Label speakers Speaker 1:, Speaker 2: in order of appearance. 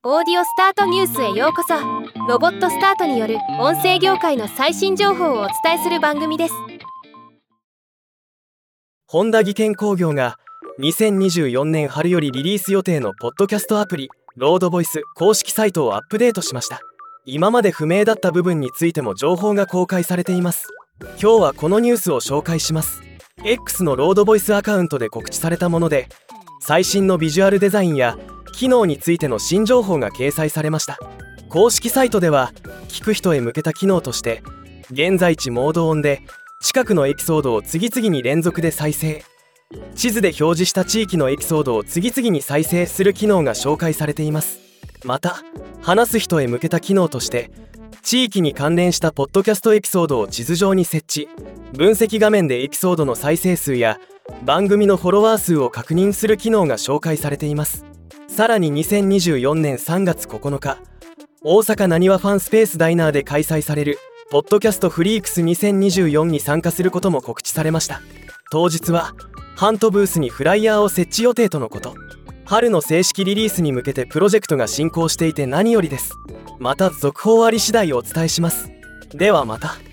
Speaker 1: オーディオスタートニュースへようこそ。ロボットスタートによる音声業界の最新情報をお伝えする番組です。
Speaker 2: 本田技研工業が2024年春よりリリース予定のポッドキャストアプリロードボイス公式サイトをアップデートしました。今まで不明だった部分についても情報が公開されています。今日はこのニュースを紹介します。 X のロードボイスアカウントで告知されたもので、最新のビジュアルデザインや機能についての新情報が掲載されました。公式サイトでは聞く人へ向けた機能として、現在地モードオンで近くのエピソードを次々に連続で再生、地図で表示した地域のエピソードを次々に再生する機能が紹介されています。また話す人へ向けた機能として、地域に関連したポッドキャストエピソードを地図上に設置、分析画面でエピソードの再生数や番組のフォロワー数を確認する機能が紹介されています。さらに2024年3月9日、大阪なにわファンスペースダイナーで開催されるポッドキャストフリークス2024に参加することも告知されました。当日はハントブースにフライヤーを設置予定とのこと。春の正式リリースに向けてプロジェクトが進行していて何よりです。また続報あり次第お伝えします。ではまた。